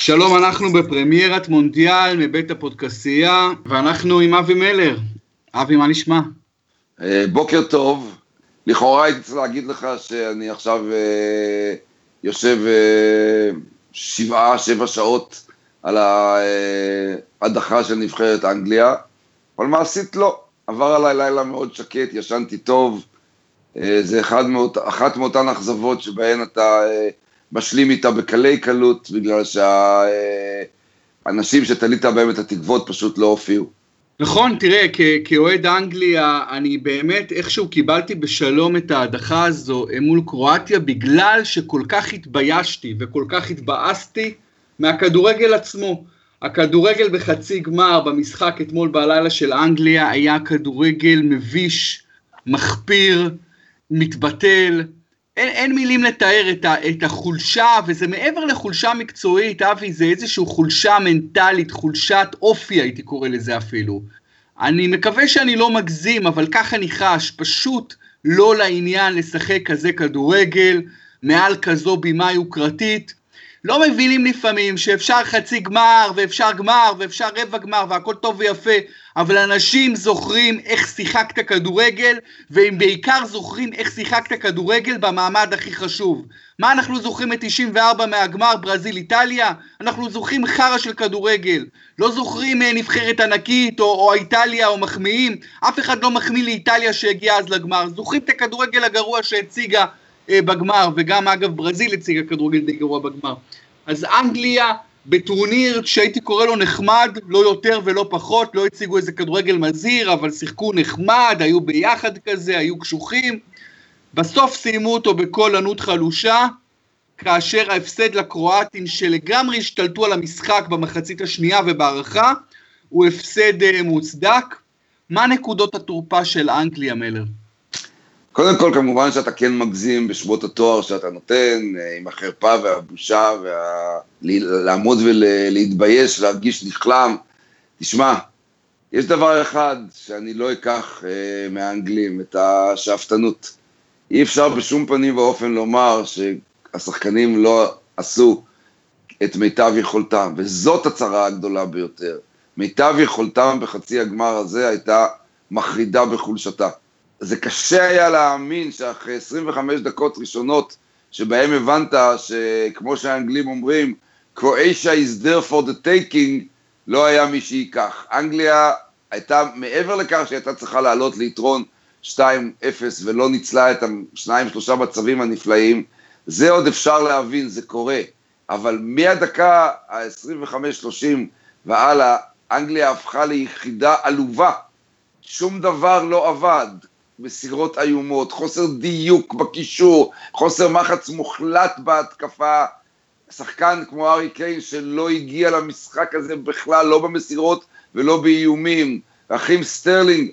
שלום, אנחנו בפרמיירת מונדיאל מבית הפודקאסייה, ואנחנו עם אבי מלר. אבי, מה נשמע? בוקר טוב. לכאורה הייתי צריך להגיד לך שאני עכשיו יושב 7 שעות על ההדחה של נבחרת אנגליה, אבל מעשית לא. עבר עליי לילה מאוד שקט, ישנתי טוב. זה אחת מאותן אכזבות שבהן אתה משלים איתה בקלי קלות, בגלל שהאנשים שתלית בהם את התקוות פשוט לא הופיעו. נכון, תראה, כאוהד אנגליה, אני באמת איכשהו קיבלתי בשלום את ההדחה הזו מול קרואטיה, בגלל שכל כך התביישתי וכל כך התבאסתי מהכדורגל עצמו. הכדורגל בחצי גמר במשחק אתמול בלילה של אנגליה היה כדורגל מביש, מחפיר, מתבטל. אין מילים לתאר את החולשה, וזה מעבר לחולשה מקצועית, אבי, זה איזושהי חולשה מנטלית, חולשת אופי, הייתי קורא לזה אפילו. אני מקווה שאני לא מגזים, אבל ככה אני חש, פשוט לא לעניין לשחק כזה כדורגל, מעל כזו בימה יוקרתית. לא מבינים לפעמים שאפשר חצי גמר, ואפשר גמר, ואפשר רבע גמר, והכל טוב ויפה, אבל אנשים זוכרים איך שיחקת כדורגל, והם בעיקר זוכרים איך שיחקת כדורגל במעמד הכי חשוב. מה אנחנו זוכרים את 94 מהגמר ברזיל-איטליה? אנחנו זוכרים חרה של כדורגל. לא זוכרים נבחרת ענקית, או איטליה, או מחמיאים. אף אחד לא מחמיא לאיטליה שהגיעה אז לגמר. זוכרים את הכדורגל הגרוע שהציגה בגמר, וגם אגב ברזיל הציגה כדורגל די גרוע בגמר. אז אנגליה בטורניר שהייתי קורא לו נחמד, לא יותר ולא פחות, לא הציגו איזה כדורגל מזהיר, אבל שיחקו נחמד, היו ביחד כזה, היו קשוחים, בסוף סיימו אותו בכל ענות חלושה, כאשר ההפסד לקרואטים שלגמרי השתלטו על המשחק במחצית השנייה ובערכה, הוא הפסד מוצדק. מה נקודות התורפה של אנגליה, מלר? קודם כל, כמובן שאתה כן מגזים בשמות התואר שאתה נותן, עם החרפה והבושה, לעמוד ולהתבייש, להרגיש נכלם. תשמע, יש דבר אחד שאני לא אקח מהאנגלים, את השאפתנות. אי אפשר בשום פנים ואופן לומר שהשחקנים לא עשו את מיטב יכולתם, וזאת הצרה הגדולה ביותר. מיטב יכולתם בחצי הגמר הזה הייתה מחרידה בחולשתה. זה קשה היה להאמין שאחרי 25 דקות ראשונות, שבהם הבנת שכמו שהאנגלים אומרים, Croatia is there for the taking, לא היה מי שיקח. אנגליה הייתה מעבר לכך שהייתה צריכה לעלות ליתרון 2-0 ולא ניצלה את 2-3 מצבים הנפלאים, זה עוד אפשר להבין, זה קורה. אבל מהדקה ה-25-30 והלאה, אנגליה הפכה ליחידה עלובה. שום דבר לא עבד. מסירות איומות, חוסר דיוק בקישור, חוסר מחץ מוחלט בהתקפה, שחקן כמו ארי קיין שלא הגיע למשחק הזה בכלל, לא במסירות ולא באיומים, אחים סטרלינג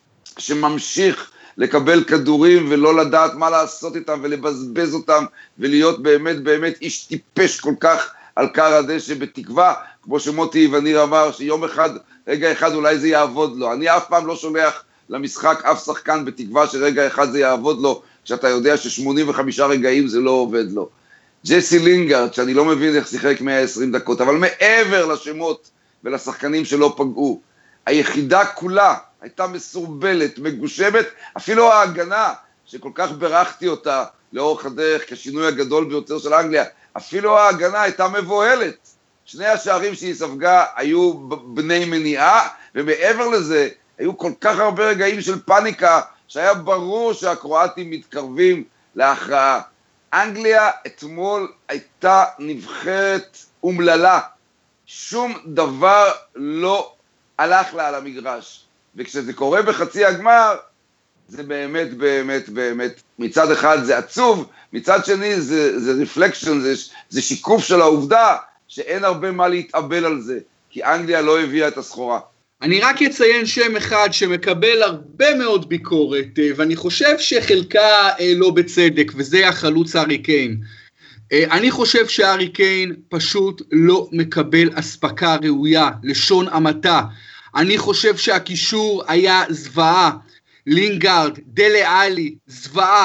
שממשיך לקבל כדורים ולא לדעת מה לעשות איתם ולבזבז אותם ולהיות באמת באמת איש טיפש כל כך על קר הדשא, בתקווה, כמו שמוטי וניר אמר, שיום אחד, רגע אחד אולי זה יעבוד לו. אני אף פעם לא שולח למשחק אף שחקן בתקווה שרגע אחד זה יעבוד לו, כשאתה יודע ש85 רגעים זה לא עובד לו. ג'סי לינגארד, שאני לא מבין איך שיחק 120 דקות, אבל מעבר לשמות ולשחקנים שלא פגעו, היחידה כולה הייתה מסורבלת, מגושמת, אפילו ההגנה, שכל כך ברכתי אותה לאורך הדרך כשינוי הגדול ביותר של אנגליה, אפילו ההגנה הייתה מבוהלת. שני השערים שהיא ספגה היו בני מניעה, ומעבר לזה, היו כל כך הרבה רגעים של פאניקה, שהיה ברור שהקרואטים מתקרבים להכרעה. אנגליה אתמול הייתה נבחרת אומללה, שום דבר לא הלך לה על המגרש, וכשזה קורה בחצי הגמר, זה באמת, באמת, באמת, מצד אחד זה עצוב, מצד שני זה רפלקשן, זה שיקוף של העובדה, שאין הרבה מה להתאבל על זה, כי אנגליה לא הביאה את הסחורה. אני רק אציין שם אחד שמקבל הרבה מאוד ביקורת, ואני חושב שחלקה לא בצדק, וזה החלוץ ארי קיין. אני חושב שארי קיין פשוט לא מקבל אספקה ראויה, לשון המעטה. אני חושב שהקישור היה זוועה, לינגארד, דלה עלי, זוועה,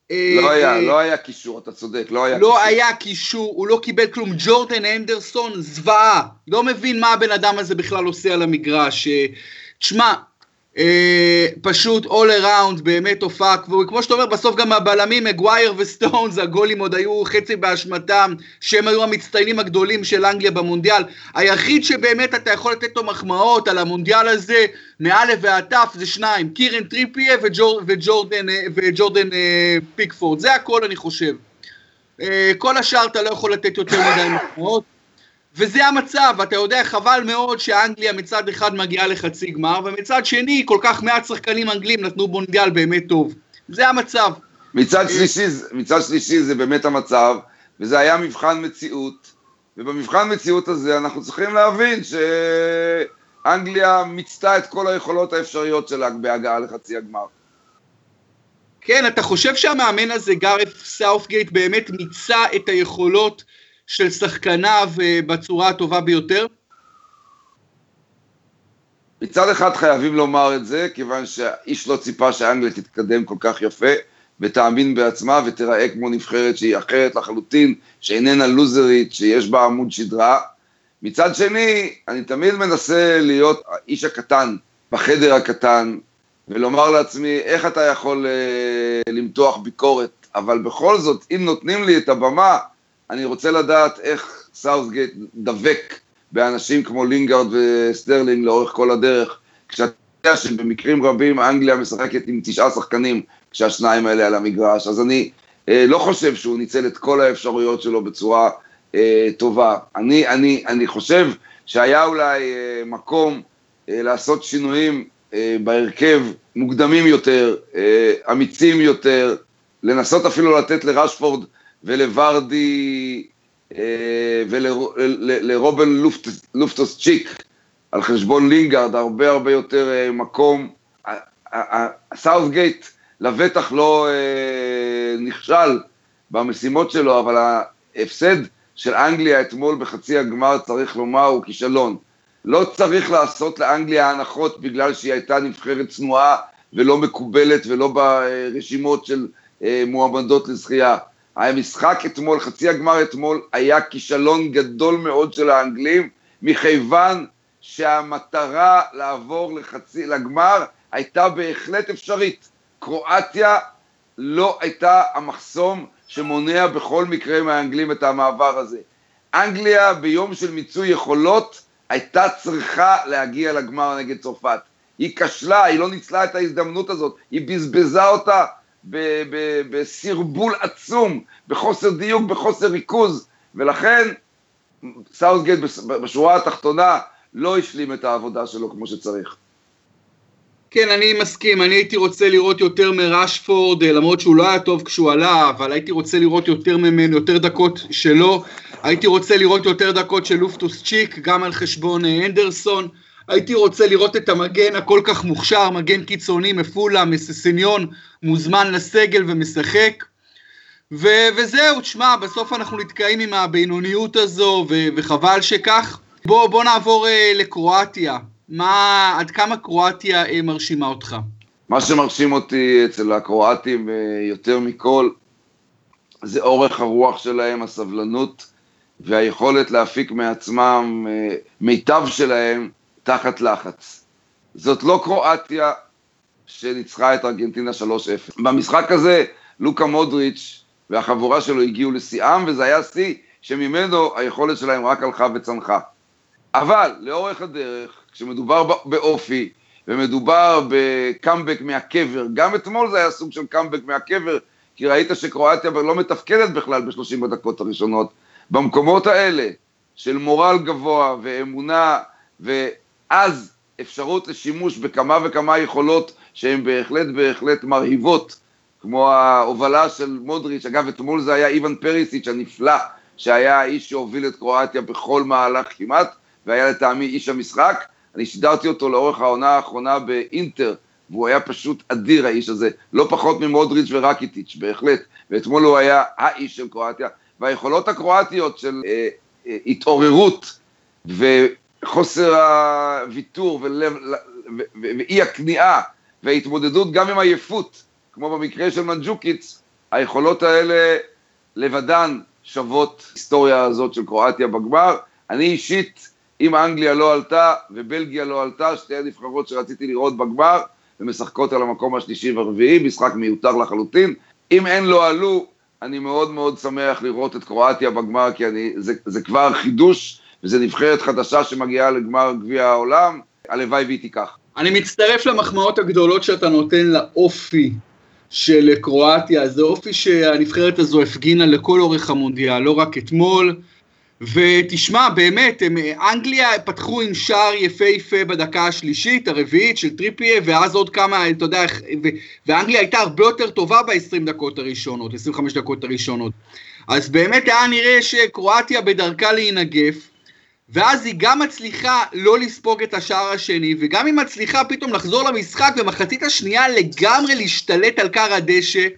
לא היה קישור, אתה צודק, לא היה לא קישור. היה קישור, הוא לא קיבל כלום. ג'ורדן אנדרסון, זוועה. לא מבין מה הבן אדם הזה בכלל עושה על המגרש. תשמע, פשוט all around, באמת הופעה, וכמו שאתה אומר, בסוף גם הבלמים, מגווייר וסטונס, הגולים עוד היו חצי באשמתם, שהם היו המצטיינים הגדולים של אנגליה במונדיאל. היחיד שבאמת אתה יכול לתת לו מחמאות על המונדיאל הזה, מאלף ועד תף, זה שניים, קירן טריפיה וג'ורדן פיקפורד. זה הכל אני חושב. כל השאר אתה לא יכול לתת יותר מדי מחמאות. וזה המצב, אתה יודע, חבל מאוד שאנגליה מצד אחד מגיעה לחצי גמר, ומצד שני כל כך מעט שחקנים אנגלים נתנו מונדיאל באמת טוב. זה המצב. מצד שלישי זה באמת המצב, וזה היה מבחן מציאות, ובמבחן מציאות הזה אנחנו צריכים להבין שאנגליה מיצתה את כל היכולות האפשריות שלה בהגעה לחצי הגמר. כן, אתה חושב שהמאמן הזה, גארת סאות'גייט, באמת מיצה את היכולות של שחקניו בצורה הטובה ביותר? מצד אחד חייבים לומר את זה, כיוון שהאיש לא ציפה שאנגליה תתקדם כל כך יפה, ותאמין בעצמה ותראה כמו נבחרת שהיא אחרת לחלוטין, שאיננה לוזרית, שיש בה עמוד שדרה. מצד שני, אני תמיד מנסה להיות האיש הקטן, בחדר הקטן, ולומר לעצמי, איך אתה יכול למתוח ביקורת, אבל בכל זאת, אם נותנים לי את הבמה, אני רוצה לדעת איך סאות'גייט דבק באנשים כמו לינגארד וסטרלינג לאורך כל הדרך, כשאתה יודע שבמקרים רבים אנגליה משחקת עם 9 שחקנים, כשהשניים האלה על המגרש, אז אני לא חושב שהוא ניצל את כל האפשרויות שלו בצורה טובה. אני חושב שהיה אולי מקום לעשות שינויים בהרכב מוקדמים יותר, אמיצים יותר, לנסות אפילו לתת לרשפורד ולוורדי ולרובן לופטוס צ'יק על חשבון לינגארד הרבה יותר מקום. סאות'גייט לבטח לא נכשל במשימות שלו, אבל ההפסד של אנגליה אתמול בחצי הגמר, צריך לומר, הוא כישלון. לא צריך לעשות לאנגליה הנחות בגלל שהיא הייתה נבחרת צנועה ולא מקובלת ולא ברשימות של מועמדות לזכייה. המשחק אתמול, חצי הגמר אתמול, היה כישלון גדול מאוד של האנגלים, מכיוון שהמטרה לעבור לגמר הייתה בהחלט אפשרית. קרואטיה לא הייתה המחסום שמונע בכל מקרה מהאנגלים את המעבר הזה. אנגליה ביום של מיצוי יכולות הייתה צריכה להגיע לגמר נגד צרפת. היא כשלה, היא לא ניצלה את ההזדמנות הזאת, היא בזבזה אותה בסרבול עצום, בחוסר דיוק, בחוסר ריכוז, ולכן סאות'גייט בשורה התחתונה לא השלים את העבודה שלו כמו שצריך. כן, אני מסכים, אני הייתי רוצה לראות יותר מרשפורד, למרות שהוא לא היה טוב כשהוא עלה, אבל הייתי רוצה לראות יותר ממנו, יותר דקות שלו, הייתי רוצה לראות יותר דקות של לופטוס צ'יק, גם על חשבון אנדרסון, הייתי רוצה לראות את המגן הכל כך מוכשר, מגן קיצוני, מפולה, מססיניון, מוזמן לסגל ומשחק, וזהו, תשמע, בסוף אנחנו נתקעים עם הבינוניות הזו, וחבל שכך. בוא נעבור לקרואטיה. עד כמה קרואטיה מרשימה אותך? מה שמרשים אותי אצל הקרואטים יותר מכל, זה אורך הרוח שלהם, הסבלנות, והיכולת להפיק מעצמם מיטב שלהם תחת לחץ. זאת לא קרואטיה שניצחה את ארגנטינה 3-0. במשחק הזה לוקה מודריץ' והחבורה שלו הגיעו לשיאם, וזה היה שיא שממנו היכולת שלהם רק הלכה וצנחה. אבל לאורך הדרך, כשמדובר באופי ומדובר בקאמבק מהקבר, גם אתמול זה היה סוג של קאמבק מהקבר, כי ראית שקרואטיה לא מתפקדת בכלל ב-30 הדקות הראשונות. במקומות האלה של מורל גבוה ואמונה, ואז אפשרות לשימוש בכמה וכמה יכולות שהן בהחלט מרהיבות, כמו ההובלה של מודריץ'. אגב, אתמול זה היה איוון פריסיץ' הנפלא, שהיה האיש שהוביל את קרואטיה בכל מהלך כמעט, והיה לטעמי איש המשחק. אני שידרתי אותו לאורך העונה האחרונה באינטר, והוא היה פשוט אדיר האיש הזה, לא פחות ממודריץ' ורקיטיץ', בהחלט, ואתמול הוא היה האיש של קרואטיה, והיכולות הקרואטיות של התעוררות וחוסר הוויתור ואי הכניעה, וההתמודדות גם עם עייפות, כמו במקרה של מנג'וקיץ', היכולות האלה לבדן שוות היסטוריה הזאת של קרואטיה בגמר. אני אישית, אם אנגליה לא עלתה ובלגיה לא עלתה, שתי הנבחרות שרציתי לראות בגמר, ומשחקות על המקום השלישי והרביעי, משחק מיותר לחלוטין. אם הן לא עלו, אני מאוד מאוד שמח לראות את קרואטיה בגמר, כי זה כבר חידוש, וזה נבחרת חדשה שמגיעה לגמר גביע העולם, הלוואי והיא תיקח. אני מצטרף למחמאות הגדולות שאתה נותן לאופי של קרואטיה, זה אופי שהנבחרת הזו הפגינה לכל אורך המונדיאל, לא רק אתמול, ותשמע, באמת, אנגליה פתחו עם שער יפהפה בדקה השלישית, הרביעית של טריפיה, ואז עוד כמה, אתה יודע, ואנגליה הייתה הרבה יותר טובה ב-20 דקות הראשונות, 25 דקות הראשונות. אז באמת היה נראה שקרואטיה בדרכה להינגף, ואז היא גם מצליחה לא לספוג את השער השני, וגם היא מצליחה פתאום לחזור למשחק, במחצית השנייה לגמרי להשתלט על קר הדשא,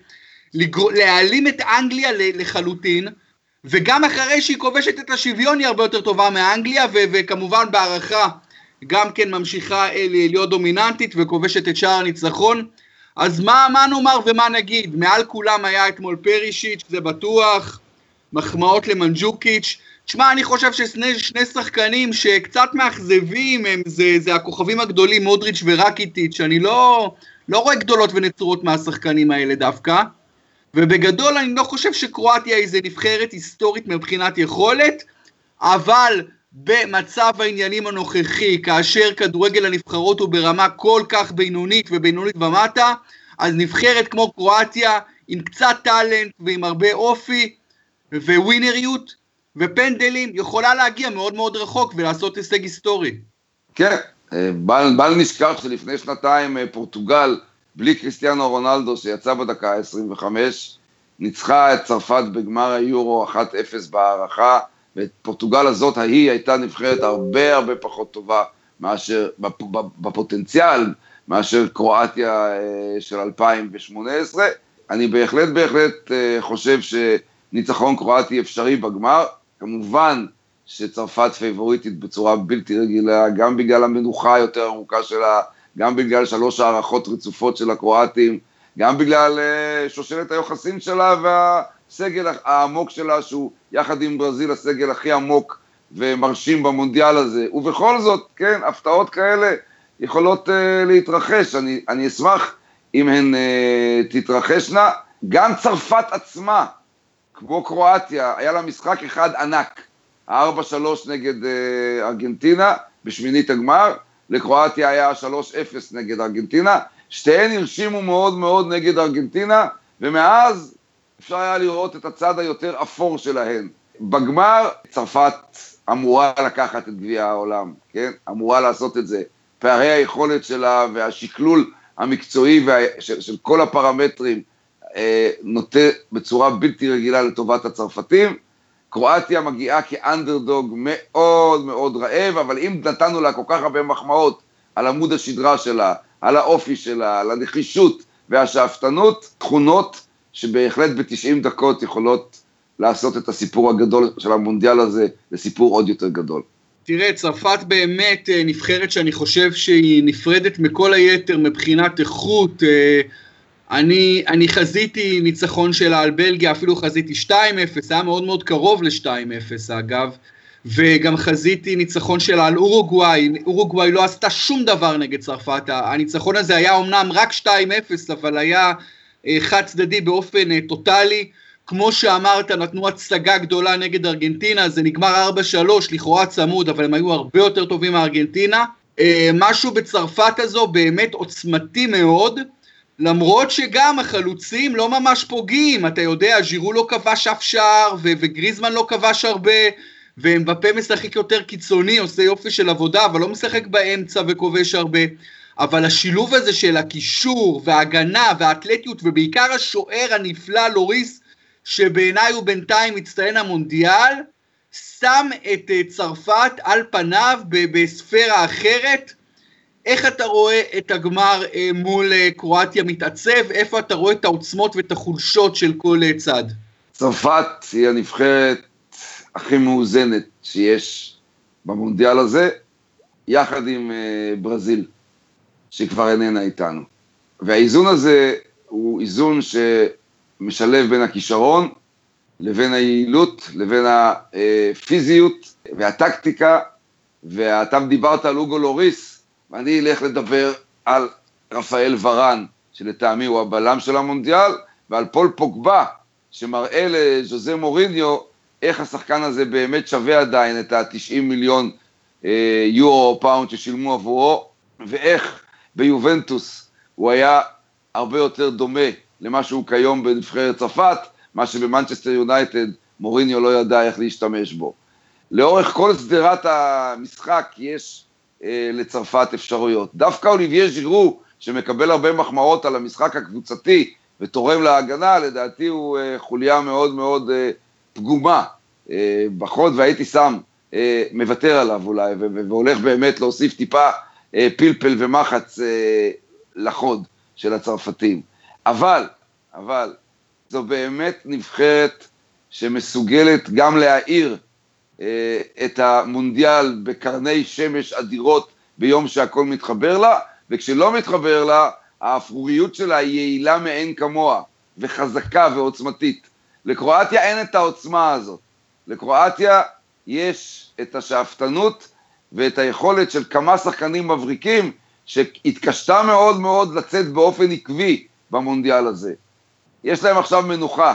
להעלים את אנגליה לחלוטין, וגם אחרי שהיא כובשת את השוויון היא הרבה יותר טובה מאנגליה, וכמובן בהערכה גם כן ממשיכה להיות דומיננטית וכובשת את שער הניצחון. אז מה נאמר ומה נגיד? מעל כולם היה אתמול פרישיץ', זה בטוח, מחמאות למנג'וקיץ'. תשמע, אני חושב ששני שחקנים שקצת מאכזבים זה הכוכבים הגדולים, מודריץ' ורקיטיץ', אני לא רואה גדולות ונצורות מהשחקנים האלה דווקא, ובגדול אני לא חושב שקרואטיה היא איזה נבחרת היסטורית מבחינת יכולת, אבל במצב העניינים הנוכחי, כאשר כדורגל הנבחרות הוא ברמה כל כך בינונית ובינונית ומטה, אז נבחרת כמו קרואטיה עם קצת טלנט ועם הרבה אופי וווינריות ופנדלים יכולה להגיע מאוד מאוד רחוק ולעשות הישג היסטורי. כן, בל נשכח שלפני שנתיים פורטוגל, בלי קריסטיאנו רונלדו שיצא בדקה 25, ניצחה את צרפת בגמר היורו 1-0 בהערכה, ופורטוגל הזאת הייתה נבחרת הרבה פחות טובה מאשר, בפוטנציאל, מאשר קרואטיה של 2018. אני בהחלט חושב שניצחון קרואטי אפשרי בגמר, כמובן שצרפת פייבוריטית בצורה בלתי רגילה, גם בגלל המנוחה היותר ארוכה שלה, גם בגלל 3 הערכות רצופות של הקרואטים, גם בגלל שושלת היוחסין שלה והסגל העמוק שלה, שהוא יחד עם ברזיל הסגל הכי עמוק ומרשים במונדיאל הזה, ובכל זאת, כן, הפתעות כאלה יכולות להתרחש, אני אשמח אם הן תתרחשנה. גם צרפת עצמה, כמו קרואטיה, היה לה משחק אחד ענק, 4-3 נגד ארגנטינה בשמינית הגמר, לקרואטיה היה 3-0 נגד ארגנטינה, שתיהן הרשימו מאוד מאוד נגד ארגנטינה, ומאז אפשר היה לראות את הצד היותר אפור שלהן. בגמר צרפת אמורה לקחת את גביע העולם, כן? אמורה לעשות את זה. פערי היכולת שלה והשקלול המקצועי של כל הפרמטרים נוטה בצורה בלתי רגילה לטובת הצרפתים. קרואטיה מגיעה כאנדרדוג מאוד מאוד רעב, אבל אם נתנו לה כל כך הרבה מחמאות על עמוד השדרה שלה, על האופי שלה, על הנחישות והשאפתנות, תכונות שבהחלט ב-90 דקות יכולות לעשות את הסיפור הגדול של המונדיאל הזה לסיפור עוד יותר גדול. תראה, צרפת באמת נבחרת שאני חושב שהיא נפרדת מכל היתר מבחינת איכות. אני חזיתי ניצחון שלה על בלגיה, אפילו חזיתי 2-0, היה מאוד מאוד קרוב ל-2-0 אגב, וגם חזיתי ניצחון שלה על אורוגוואי. אורוגוואי לא עשתה שום דבר נגד צרפת, הניצחון הזה היה אומנם רק 2-0, אבל היה חד צדדי באופן טוטלי. כמו שאמרת, נתנו הצגה גדולה נגד ארגנטינה, זה נגמר 4-3, לכאורה צמוד, אבל הם היו הרבה יותר טובים מארגנטינה. משהו בצרפת הזו באמת עוצמתי מאוד, למרות שגם החלוצים לא ממש פוגעים, אתה יודע, ז'ירו לא כבש אף שער, וגריזמן לא כבש הרבה, ומבפה משחק יותר קיצוני, עושה יופי של עבודה, אבל לא משחק באמצע וכובש הרבה. אבל השילוב הזה של הקישור וההגנה והאתלטיות, ובעיקר השוער הנפלא לוריס, שבעיניי הוא בינתיים מצטיין המונדיאל, שם את צרפת על פניו בספירה אחרת. איך אתה רואה את הגמר מול קרואטיה מתעצב? איפה אתה רואה את העוצמות ואת החולשות של כל צד? צרפת היא הנבחרת הכי מאוזנת שיש במונדיאל הזה, יחד עם ברזיל, שכבר איננה איתנו. והאיזון הזה הוא איזון משלב בין הכישרון, לבין היעילות, לבין הפיזיות והטקטיקה, ואתה דיברת על אוגו לוריס, ואני אלך לדבר על רפאל ורן, שלטעמי הוא הבלם של המונדיאל, ועל פול פוגבה, שמראה לז'וזה מוריניו, איך השחקן הזה באמת שווה עדיין את ה-90 מיליון יורו או פאונד ששילמו עבורו, ואיך ביובנטוס הוא היה הרבה יותר דומה למה שהוא כיום בנבחרת צרפת, מה שבמנצ'סטר יונייטד מוריניו לא ידע איך להשתמש בו. לאורך כל סדרת המשחק יש לצרפת אפשרויות. דווקא אוליביה ז'ירו, שמקבל הרבה מחמאות על המשחק הקבוצתי ותורם להגנה, לדעתי הוא חוליה מאוד מאוד פגומה בחוד, והייתי שם מוותר עליו אולי, והולך באמת להוסיף טיפה פלפל ומחץ לחוד של הצרפתים. אבל, זו באמת נבחרת שמסוגלת גם להאיר את המונדיאל בקרני שמש אדירות ביום שהכל מתחבר לה, וכשלא מתחבר לה, האפרוריות שלה היא יעילה מאין כמוה, וחזקה ועוצמתית. לקרואטיה אין את העוצמה הזאת. לקרואטיה יש את השאפתנות ואת היכולת של כמה שחקנים מבריקים, שהתקשתה מאוד מאוד לצאת באופן עקבי במונדיאל הזה. יש להם עכשיו מנוחה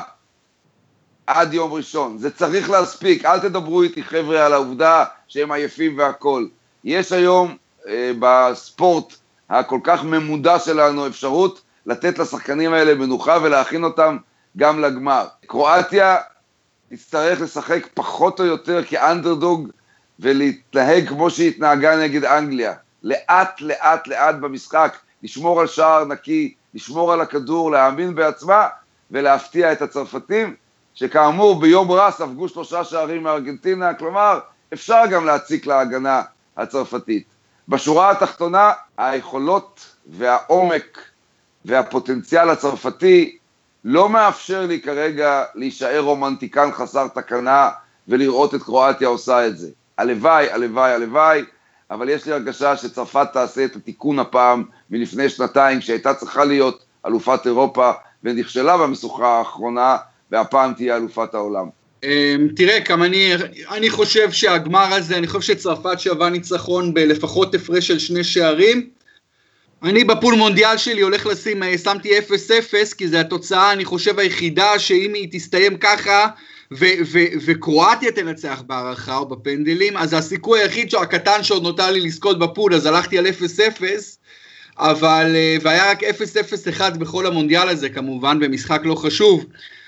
עד יום ראשון. זה צריך להספיק. אל תדברו איתי חבר'ה על העובדה שהם עייפים והכל. יש היום בספורט הכל כך ממודע שלנו אפשרות לתת לשחקנים האלה מנוחה ולהכין אותם גם לגמר. קרואטיה תצטרך לשחק פחות או יותר כאנדרדוג ולהתנהג כמו שהיא התנהגה נגד אנגליה. לאט לאט לאט במשחק, לשמור על שער נקי, לשמור על הכדור, להאמין בעצמה ולהפתיע את הצרפתים, שכאמור ביום רע ספגו 3 שערים מארגנטינה, כלומר אפשר גם להציק להגנה הצרפתית. בשורה התחתונה, היכולות והעומק והפוטנציאל הצרפתי לא מאפשר לי כרגע להישאר רומנטיקן חסר תקנה ולראות את קרואטיה עושה את זה. הלוואי, הלוואי, הלוואי, אבל יש לי הרגשה שצרפת תעשה את התיקון הפעם מלפני 2 כשהייתה צריכה להיות אלופת אירופה ונכשלה במשוכה האחרונה, והפעם תהיה אלופת העולם. תראה, כמה אני חושב שהגמר הזה, אני חושב שצרפת שווה ניצחון בלפחות הפרש של 2 שערים. אני בפול מונדיאל שלי הולך שמתי 0-0, כי זו התוצאה, אני חושב, היחידה שאם היא תסתיים ככה, וקרואטיה תנצח בהערכה או בפנדלים, אז הסיכוי היחיד הקטן שעוד נותר לי לזכות בפול, אז הלכתי על 0-0, אבל, והיה רק 0-0-1 בכל המונדיאל הזה, כמובן, במשחק לא חשוב.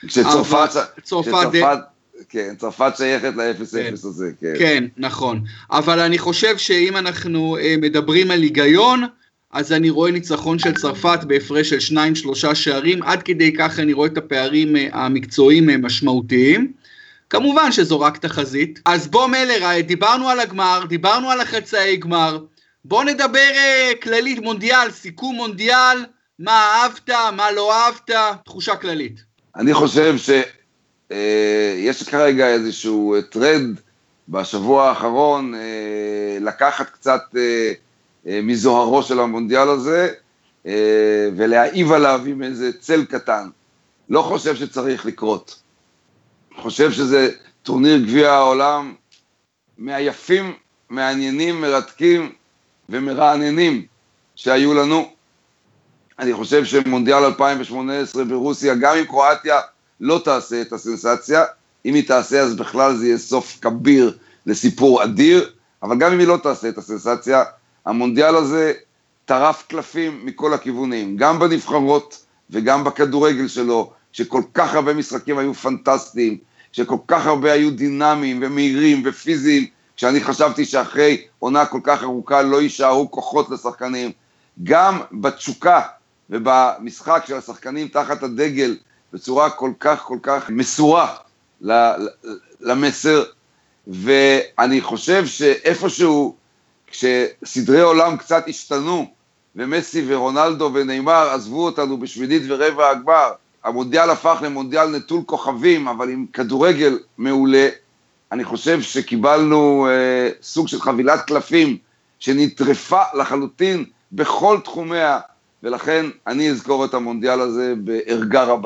צרפת שייכת ל-0-0 הזה. כן, נכון. אבל אני חושב שאם אנחנו מדברים על היגיון, אז אני רואה ניצחון של צרפת בהפרש של 2-3 שערים, עד כדי כך אני רואה את הפערים המקצועיים משמעותיים. כמובן שזו רק תחזית. אז בוא מלר, דיברנו על הגמר, דיברנו על החצאי גמר, בוא נדבר כללית מונדיאל, סיכום מונדיאל, מה אהבת, מה לא אהבת, תחושה כללית. אני חושב שיש כרגע איזשהו טרנד בשבוע האחרון, לקחת קצת מזוהרו של המונדיאל הזה, ולהעיב עליו עם איזה צל קטן. לא חושב שצריך לקרות. חושב שזה טורניר גביע העולם, מהיפים, מעניינים, מרתקים ומרעננים שהיו לנו. אני חושב שמונדיאל 2018 ברוסיה, גם אם קרואטיה לא תעשה את הסנסציה, אם היא תעשה אז בכלל זה יהיה סוף כביר לסיפור אדיר, אבל גם אם היא לא תעשה את הסנסציה, המונדיאל הזה טרף קלפים מכל הכיוונים, גם בנבחרות וגם בכדורגל שלו, שכל כך הרבה משחקים היו פנטסטיים, שכל כך הרבה היו דינמיים ומהירים ופיזיים, כשאני חשבתי שאחרי עונה כל כך ארוכה לא יישארו כוחות לשחקנים, גם בתשוקה ובמשחק של השחקנים תחת הדגל, בצורה כל כך מסורה למסר, ואני חושב שאיפשהו, כשסדרי עולם קצת השתנו, ומסי ורונלדו וניימר עזבו אותנו בשמינית ורבע הגמר, המונדיאל הפך למונדיאל נטול כוכבים, אבל עם כדורגל מעולה. אני חושב שקיבלנו סוג של חבילת קלפים, שנטרפה לחלוטין בכל תחומיה, ולכן אני אזכור את המונדיאל הזה בערגה רבה.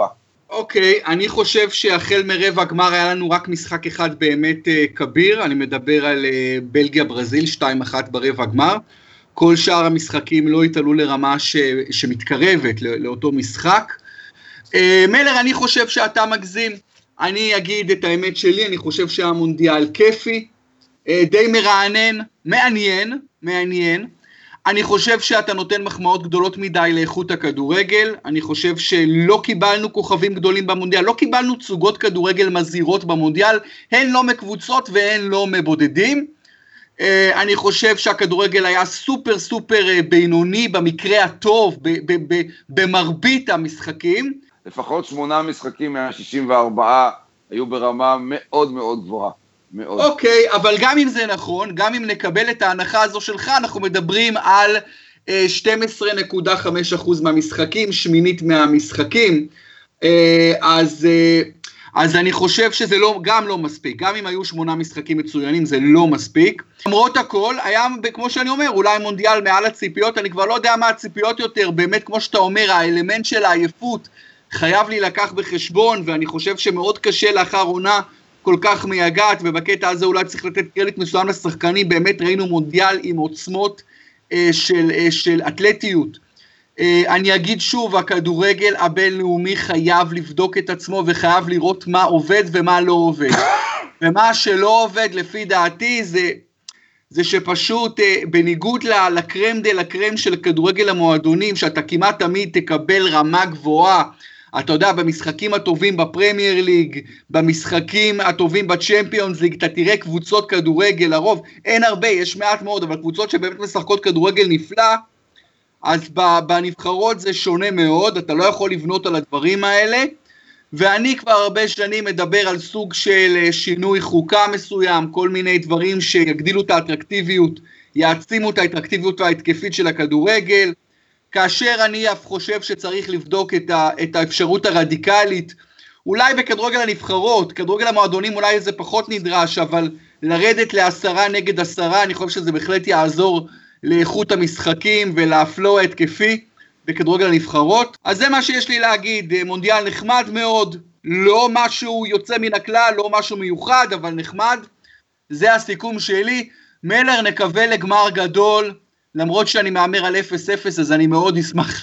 אוקיי, אני חושב שהחל מרבע הגמר היה לנו רק משחק אחד באמת כביר, אני מדבר על בלגיה ברזיל, 2-1 ברבע הגמר, כל שאר המשחקים לא התעלו לרמה שמתקרבת לאותו משחק. מלר, אני חושב שאתה מגזים, אני אגיד את האמת שלי, אני חושב שהמונדיאל כיפי, די מרענן, מעניין, אני חושב שאתה נותן מחמאות גדולות מדי לאיכות הכדורגל, אני חושב שלא קיבלנו כוכבים גדולים במונדיאל, לא קיבלנו צוגות כדורגל מזהירות במונדיאל, הן לא מקבוצות והן לא מבודדים, אני חושב שהכדורגל היה סופר בינוני במקרה הטוב, במרבית המשחקים. לפחות 8 משחקים מה-64 היו ברמה מאוד מאוד גבוהה. מאוד. אוקיי, אבל גם אם זה נכון, גם אם נקבל את ההנחה הזו שלך, אנחנו מדברים על 12.5% מהמשחקים, שמינית מהמשחקים, אז אני חושב שזה גם לא מספיק, גם אם היו 8 משחקים מצוינים, זה לא מספיק. למרות הכל, היה, כמו שאני אומר, אולי מונדיאל מעל הציפיות, אני כבר לא יודע מה הציפיות יותר, באמת כמו שאתה אומר, האלמנט של העייפות חייב להילקח בחשבון, ואני חושב שמאוד קשה לאחר עונה כל כך מייגעת, ובקטע הזה אולי צריך לתת קרדיט מסוים לשחקנים, באמת ראינו מונדיאל עם עוצמות של אתלטיות. אני אגיד שוב, הכדורגל הבינלאומי חייב לבדוק את עצמו, וחייב לראות מה עובד ומה לא עובד. ומה שלא עובד לפי דעתי זה שפשוט בניגוד לקרם דה לקרם של כדורגל המועדונים, שאתה כמעט תמיד תקבל רמה גבוהה, אתה יודע, במשחקים הטובים בפרמייר ליג, במשחקים הטובים בצ'מפיונס ליג, אתה תראה קבוצות כדורגל, לרוב אין הרבה, יש מעט מאוד, אבל קבוצות שבאמת משחקות כדורגל נפלא, אז בנבחרות זה שונה מאוד, אתה לא יכול לבנות על הדברים האלה, ואני כבר הרבה שנים מדבר על סוג של שינוי חוקה מסוים, כל מיני דברים שיגדילו את האטרקטיביות, יעצימו את האטרקטיביות וההתקפית של הכדורגל, כאשר אני אף חושב שצריך לבדוק את האפשרות הרדיקלית, אולי בכדורגל הנבחרות, כדורגל המועדונים אולי זה פחות נדרש, אבל לרדת ל10 נגד 10, אני חושב שזה בהחלט יעזור לאיכות המשחקים ולהפלוא ההתקפי בכדורגל הנבחרות. אז זה מה שיש לי להגיד, מונדיאל נחמד מאוד, לא משהו יוצא מן הכלל, לא משהו מיוחד, אבל נחמד, זה הסיכום שלי. מלר, נקווה לגמר גדול, למרות שאני מאמר על 0-0, אז אני מאוד אשמח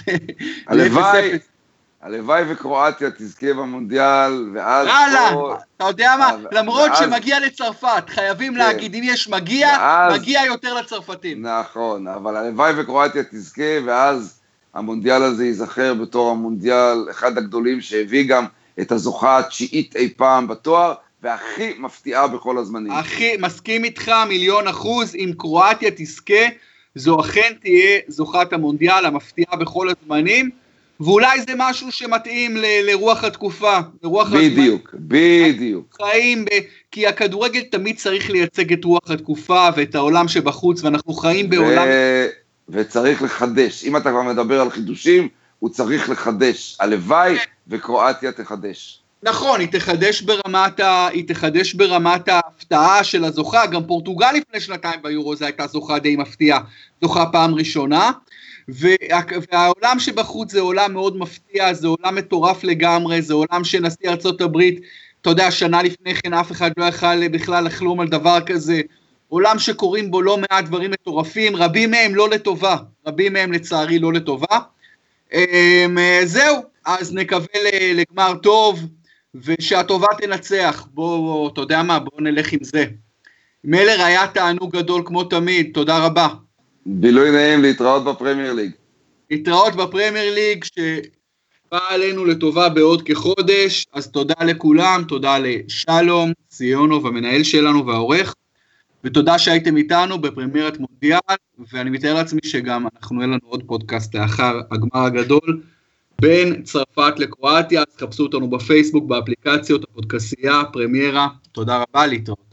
הלוואי וקרואטיה תזכה במונדיאל, ואז... אתה יודע מה? למרות שמגיע לצרפת, חייבים להגיד, אם יש מגיע יותר לצרפתים. נכון, אבל הלוואי וקרואטיה תזכה, ואז המונדיאל הזה ייזכר בתור המונדיאל, אחד הגדולים שהביא גם את הזוכה התשיעית אי פעם בתואר, והכי מפתיעה בכל הזמנים. מסכים איתך 1,000,000%, אם קרואטיה תזכה, זו אכן תהיה זוכת המונדיאל המפתיעה בכל הזמנים, ואולי זה משהו שמתאים לרוח התקופה. בדיוק. כי הכדורגל תמיד צריך לייצג את רוח התקופה ואת העולם שבחוץ, ואנחנו חיים בעולם... וצריך לחדש. אם אתה כבר מדבר על חידושים, הוא צריך לחדש. הלוואי וקרואטיה תחדש. נכון, היא תחדש ברמת ההפתעה של הזוכה, גם פורטוגל לפני 2 ביורו, זו הייתה זוכה די מפתיעה, זוכה פעם ראשונה, והעולם שבחוץ זה עולם מאוד מפתיע, זה עולם מטורף לגמרי, זה עולם שנשיא ארצות הברית, אתה יודע, שנה לפני כן אף אחד לא יכל בכלל לחלום על דבר כזה, עולם שקוראים בו לא מעט דברים מטורפים, רבים מהם לא לטובה, רבים מהם לצערי לא לטובה, זהו, אז נקווה לגמר טוב, ושהטובה תנצח, בוא, אתה יודע מה, בוא נלך עם זה. מלר, היה תענוג גדול כמו תמיד, תודה רבה. בילוי נעים, להתראות בפרמייר ליג. להתראות בפרמייר ליג, שבא עלינו לטובה בעוד כחודש, אז תודה לכולם, תודה לשלום, ציונוב, המנהל שלנו והעורך, ותודה שהייתם איתנו בפרמיירת מונדיאל, ואני מתאר לעצמי שגם אנחנו אין לנו עוד פודקאסט לאחר הגמר הגדול, בין צרפת לקרואטיה, אז חפשו אותנו בפייסבוק, באפליקציות, הפודקאסייה, פרמיירה, תודה רבה, להתראות.